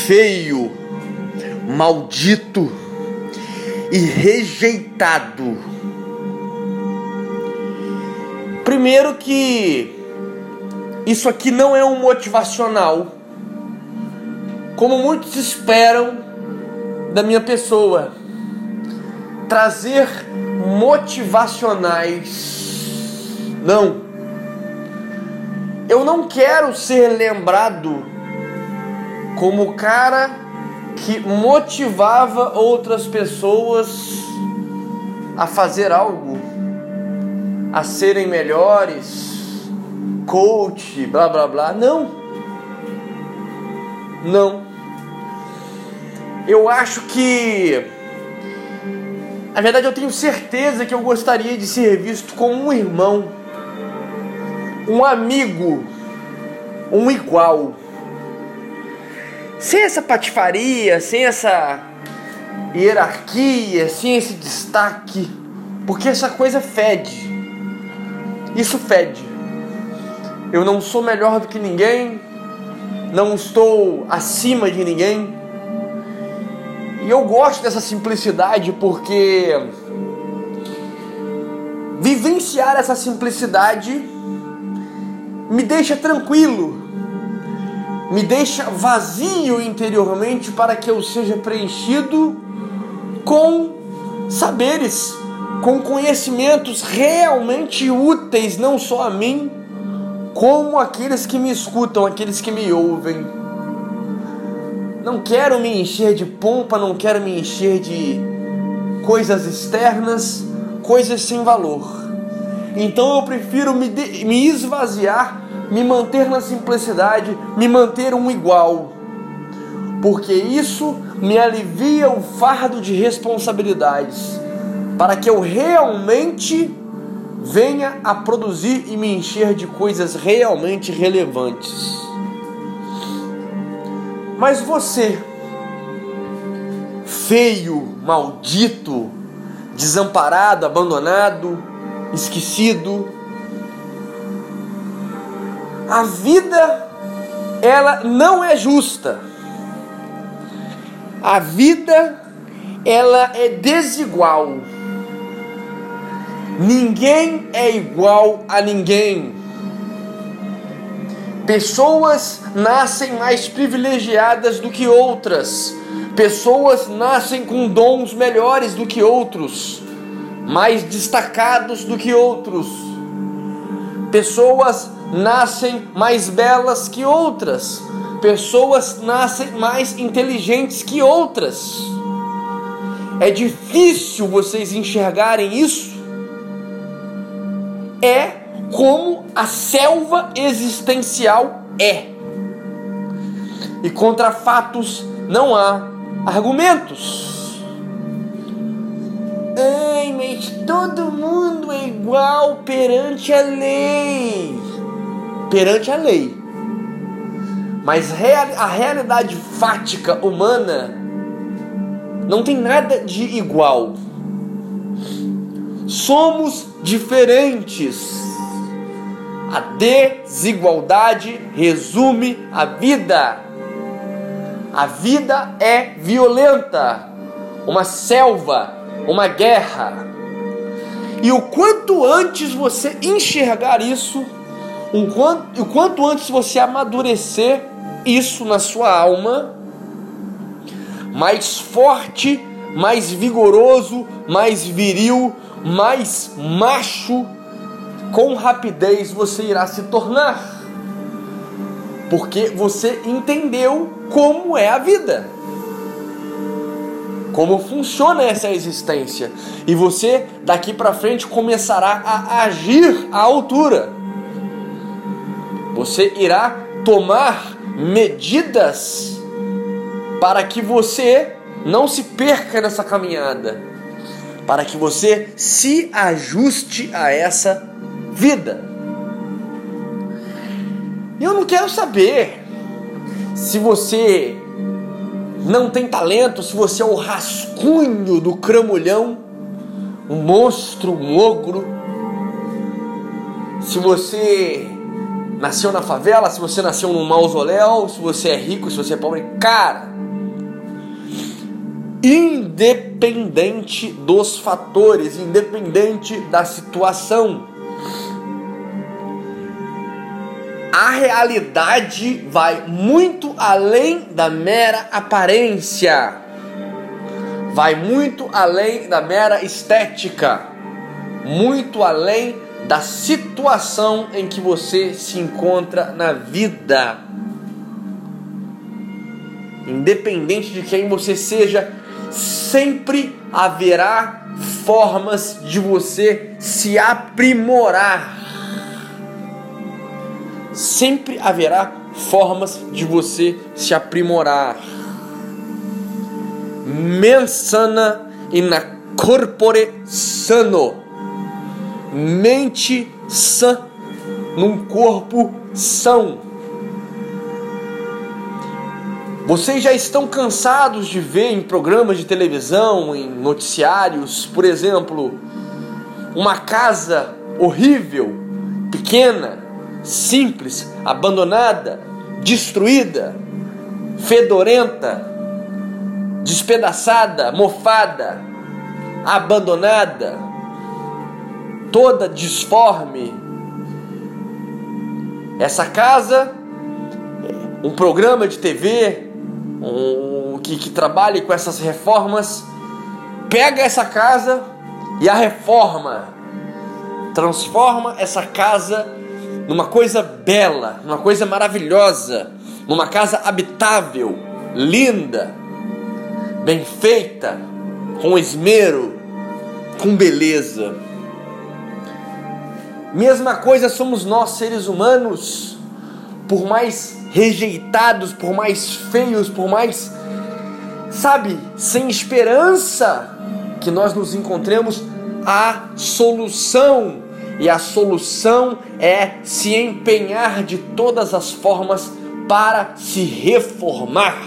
feio, maldito e rejeitado. Primeiro que isso aqui não é um motivacional, como muitos esperam da minha pessoa. Trazer motivacionais. Não. Eu não quero ser lembrado como o cara que motivava outras pessoas a fazer algo, a serem melhores, coach, blá blá blá. Não. Não. Eu acho que, na verdade, eu tenho certeza que eu gostaria de ser visto como um irmão, um amigo, um igual. Sem essa patifaria, sem essa hierarquia, sem esse destaque. Porque essa coisa fede. Isso fede. Eu não sou melhor do que ninguém, não estou acima de ninguém. E eu gosto dessa simplicidade porque vivenciar essa simplicidade me deixa tranquilo, me deixa vazio interiormente para que eu seja preenchido com saberes, com conhecimentos realmente úteis, não só a mim, como aqueles que me escutam, aqueles que me ouvem. Não quero me encher de pompa, não quero me encher de coisas externas, coisas sem valor. Então eu prefiro me esvaziar, me manter na simplicidade, me manter um igual. Porque isso me alivia o fardo de responsabilidades, para que eu realmente venha a produzir e me encher de coisas realmente relevantes. Mas você, feio, maldito, desamparado, abandonado, esquecido, a vida, ela não é justa. A vida, ela é desigual. Ninguém é igual a ninguém. Pessoas nascem mais privilegiadas do que outras. Pessoas nascem com dons melhores do que outros, mais destacados do que outros. Pessoas nascem mais belas que outras. Pessoas nascem mais inteligentes que outras. É difícil vocês enxergarem isso. É como a selva existencial é. E contra fatos não há argumentos. Ai, mas todo mundo é igual perante a lei. Perante a lei. Mas a realidade fática humana não tem nada de igual. Somos diferentes. A desigualdade resume a vida. A vida é violenta, uma selva, uma guerra. E o quanto antes você enxergar isso, o quanto antes você amadurecer isso na sua alma, mais forte, mais vigoroso, mais viril, mais macho, com rapidez você irá se tornar. Porque você entendeu como é a vida, como funciona essa existência. E você daqui para frente começará a agir à altura. Você irá tomar medidas para que você não se perca nessa caminhada, para que você se ajuste a essa vida. Eu não quero saber se você não tem talento, se você é o rascunho do cramulhão, um monstro, um ogro, se você nasceu na favela, se você nasceu num mausoléu, se você é rico, se você é pobre. Cara, independente dos fatores, independente da situação. A realidade vai muito além da mera aparência, vai muito além da mera estética, muito além da situação em que você se encontra na vida. Independente de quem você seja, sempre haverá formas de você se aprimorar. Sempre haverá formas de você se aprimorar. Mens sana in corpore sano. Mente sã num corpo são. Vocês já estão cansados de ver em programas de televisão, em noticiários, por exemplo, uma casa horrível, pequena, simples, abandonada, destruída, fedorenta, despedaçada, mofada, abandonada, toda disforme. Essa casa, um programa de TV que trabalhe com essas reformas, pega essa casa e a reforma, transforma essa casa numa coisa bela, numa coisa maravilhosa, numa casa habitável, linda, bem feita, com esmero, com beleza. Mesma coisa somos nós, seres humanos. Por mais rejeitados, por mais feios, por mais, sem esperança que nós nos encontremos, há solução. E a solução é se empenhar de todas as formas para se reformar.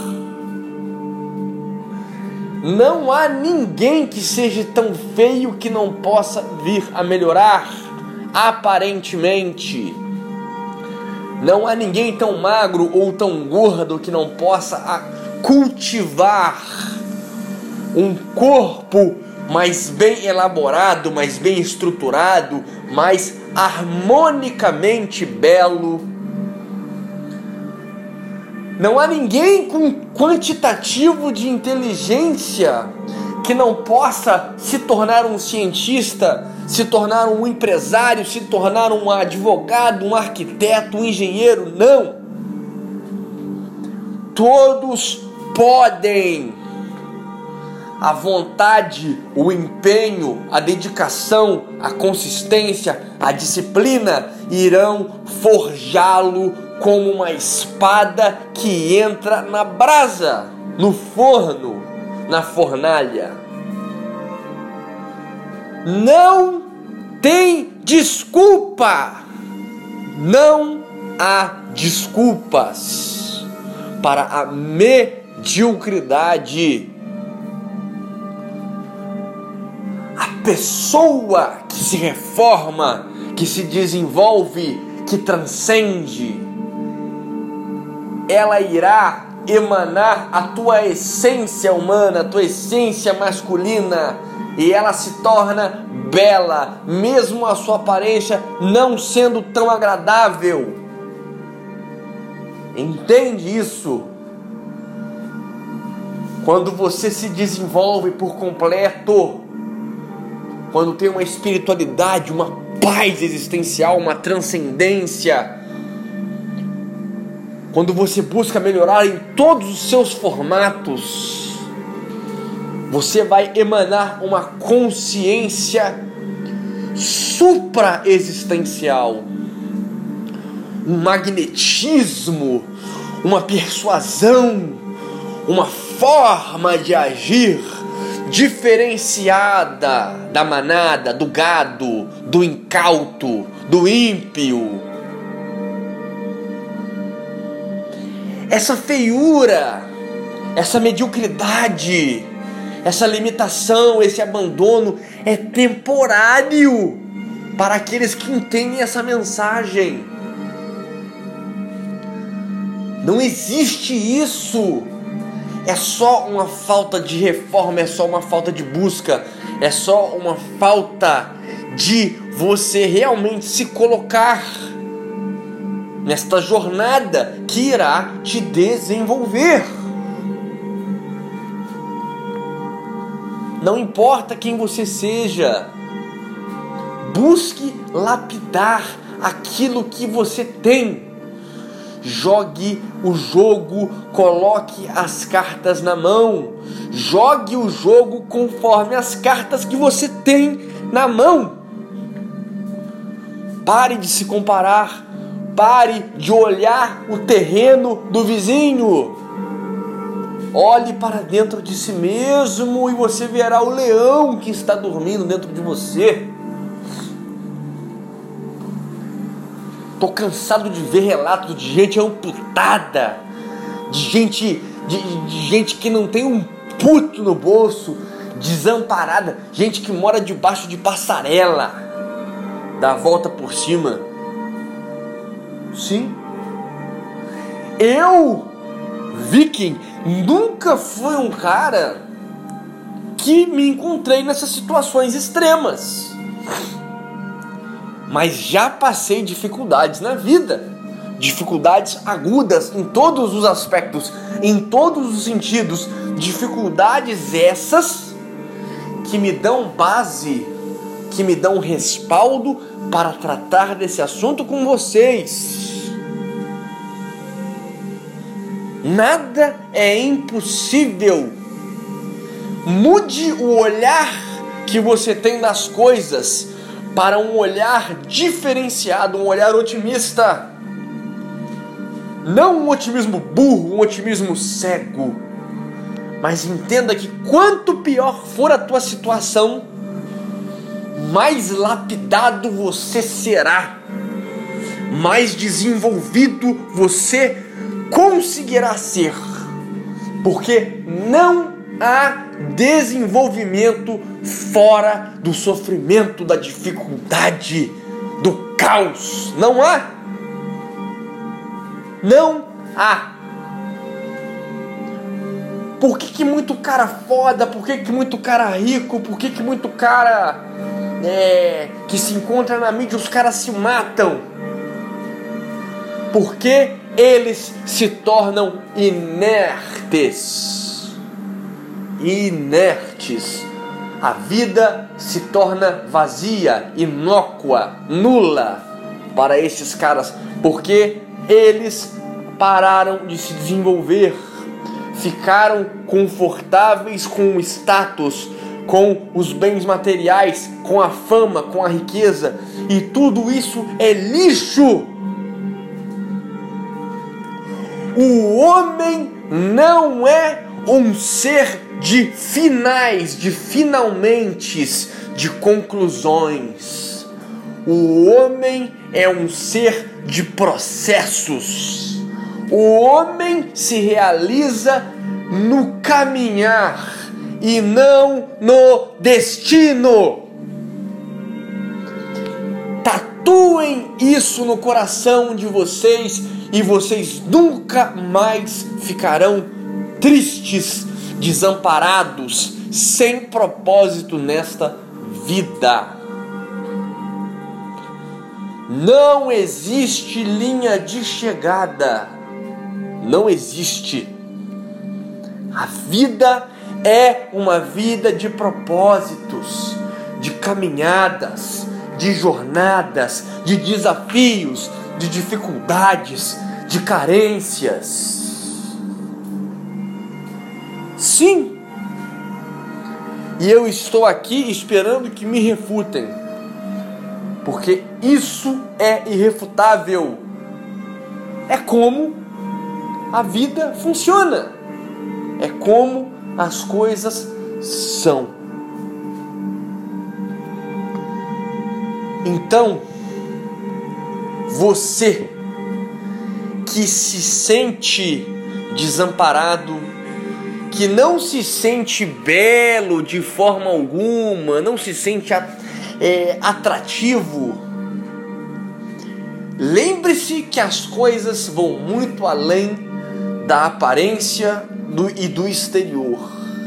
Não há ninguém que seja tão feio que não possa vir a melhorar, aparentemente. Não há ninguém tão magro ou tão gordo que não possa cultivar um corpo mais bem elaborado, mais bem estruturado, mais harmonicamente belo. Não há ninguém com quantitativo de inteligência que não possa se tornar um cientista, se tornar um empresário, se tornar um advogado, um arquiteto, um engenheiro. Não! Todos podem. A vontade, o empenho, a dedicação, a consistência, a disciplina irão forjá-lo como uma espada que entra na brasa, no forno, na fornalha. Não tem desculpa. Não há desculpas para a mediocridade. A pessoa que se reforma, que se desenvolve, que transcende, ela irá emanar a tua essência humana, a tua essência masculina, e ela se torna bela, mesmo a sua aparência não sendo tão agradável. Entende isso? Quando você se desenvolve por completo, quando tem uma espiritualidade, uma paz existencial, uma transcendência, quando você busca melhorar em todos os seus formatos, você vai emanar uma consciência supra-existencial, um magnetismo, uma persuasão, uma forma de agir diferenciada da manada, do gado, do incauto, do ímpio. Essa feiura, essa mediocridade, essa limitação, esse abandono é temporário para aqueles que entendem essa mensagem. Não existe isso. é só uma falta de reforma, é só uma falta de busca, é só uma falta de você realmente se colocar nesta jornada que irá te desenvolver. Não importa quem você seja, busque lapidar aquilo que você tem. Jogue o jogo, coloque as cartas na mão. Jogue o jogo conforme as cartas que você tem na mão. Pare de se comparar. Pare de olhar o terreno do vizinho. Olhe para dentro de si mesmo e você verá o leão que está dormindo dentro de você. Tô cansado de ver relatos de gente amputada, de gente que não tem um puto no bolso, desamparada, gente que mora debaixo de passarela, dá a volta por cima. Sim, eu, Viking, nunca fui um cara que me encontrei nessas situações extremas. Mas já passei dificuldades na vida, dificuldades agudas em todos os aspectos, em todos os sentidos, dificuldades essas que me dão base, que me dão respaldo para tratar desse assunto com vocês. Nada é impossível. Mude o olhar que você tem das coisas para um olhar diferenciado, um olhar otimista. Não um otimismo burro, um otimismo cego. Mas entenda que quanto pior for a tua situação, mais lapidado você será. Mais desenvolvido você conseguirá ser. Porque não há desenvolvimento fora do sofrimento, da dificuldade, do caos. Não há. Não há. Por que muito cara foda? Por que muito cara rico? Por que muito cara que se encontra na mídia, os caras se matam? Porque eles se tornam inertes. A vida se torna vazia, inócua, nula para estes caras, porque eles pararam de se desenvolver, ficaram confortáveis com o status, com os bens materiais, com a fama, com a riqueza, e tudo isso é lixo. O homem não é um ser de finais, de finalmentes, de conclusões. O homem é um ser de processos. O homem se realiza no caminhar e não no destino. Tatuem isso no coração de vocês e vocês nunca mais ficarão tristes, desamparados, sem propósito nesta vida. Não existe linha de chegada. Não existe. A vida é uma vida de propósitos, de caminhadas, de jornadas, de desafios, de dificuldades, de carências. Sim. E eu estou aqui esperando que me refutem, porque isso é irrefutável. É como a vida funciona. É como as coisas são. Então, você que se sente desamparado, que não se sente belo de forma alguma, não se sente atrativo, lembre-se que as coisas vão muito além da aparência, e do exterior.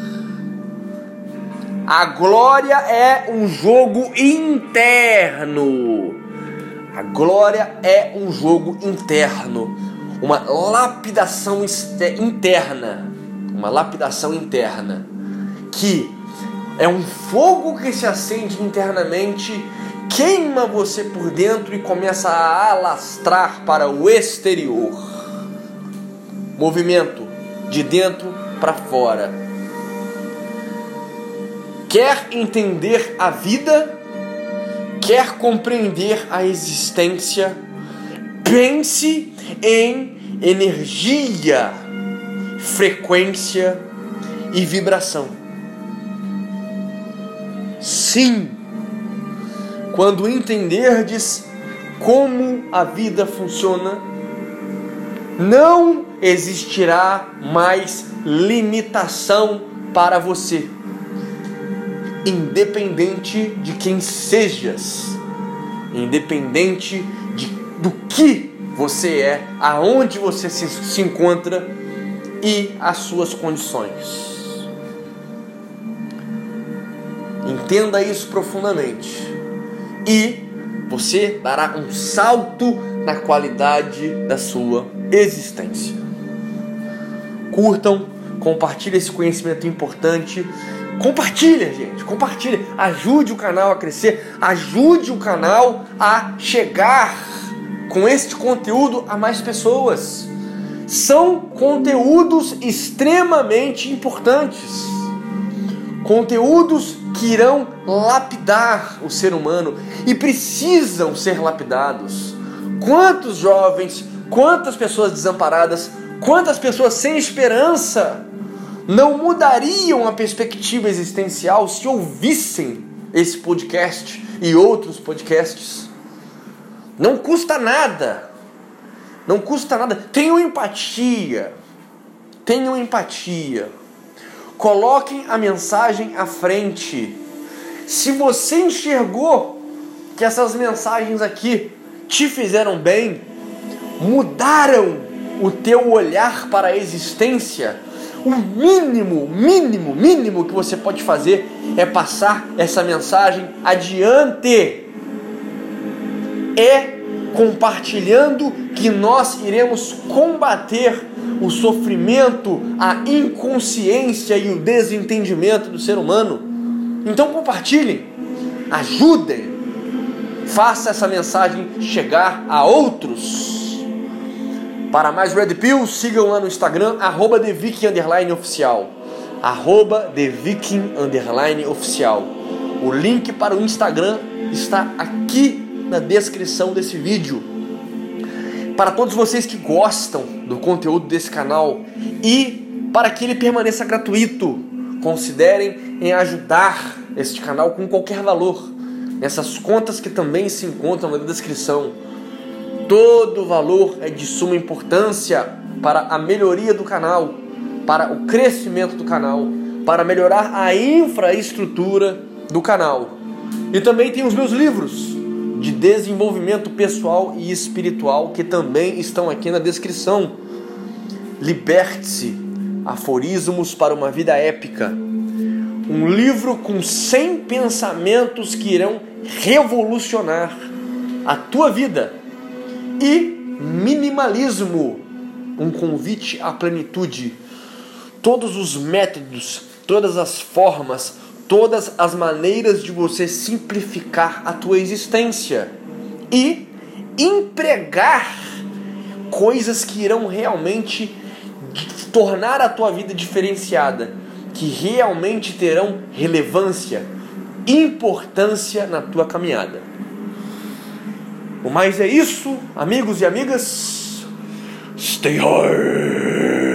A glória é um jogo interno. A glória é um jogo interno. Uma lapidação interna. Uma lapidação interna. Que é um fogo que se acende internamente, queima você por dentro e começa a alastrar para o exterior. Movimento de dentro para fora. Quer entender a vida? Quer compreender a existência? Pense em energia, frequência e vibração. Sim, quando entenderdes como a vida funciona, não existirá mais limitação para você, independente de quem sejas, independente do que você é, aonde você se encontra e as suas condições. Entenda isso profundamente e você dará um salto na qualidade da sua existência. Curtam, compartilhem esse conhecimento importante. Compartilha, gente, compartilha. Ajude o canal a crescer, ajude o canal a chegar com este conteúdo a mais pessoas. São conteúdos extremamente importantes. Conteúdos que irão lapidar o ser humano e precisam ser lapidados. Quantos jovens, quantas pessoas desamparadas, quantas pessoas sem esperança não mudariam a perspectiva existencial se ouvissem esse podcast e outros podcasts? Não custa nada. Não custa nada. Tenham empatia. Tenham empatia. Coloquem a mensagem à frente. Se você enxergou que essas mensagens aqui te fizeram bem, mudaram o teu olhar para a existência, o mínimo que você pode fazer é passar essa mensagem adiante. É compartilhando que nós iremos combater o sofrimento, a inconsciência e o desentendimento do ser humano. Então compartilhem, ajudem, faça essa mensagem chegar a outros. Para mais Red Pill, sigam lá no Instagram, @TheViking_oficial. @TheViking_oficial. O link para o Instagram está aqui na descrição desse vídeo. Para todos vocês que gostam do conteúdo desse canal e para que ele permaneça gratuito, considerem em ajudar este canal com qualquer valor nessas contas que também se encontram na descrição. Todo valor é de suma importância para a melhoria do canal, para o crescimento do canal, para melhorar a infraestrutura do canal. E também tem os meus livros de desenvolvimento pessoal e espiritual que também estão aqui na descrição. Liberte-se, Aforismos para uma Vida Épica. Um livro com 100 pensamentos que irão revolucionar a tua vida. E Minimalismo, um convite à plenitude. Todos os métodos, todas as formas, todas as maneiras de você simplificar a tua existência e empregar coisas que irão realmente tornar a tua vida diferenciada, que realmente terão relevância, importância na tua caminhada. O mais é isso, amigos e amigas. Stay hard.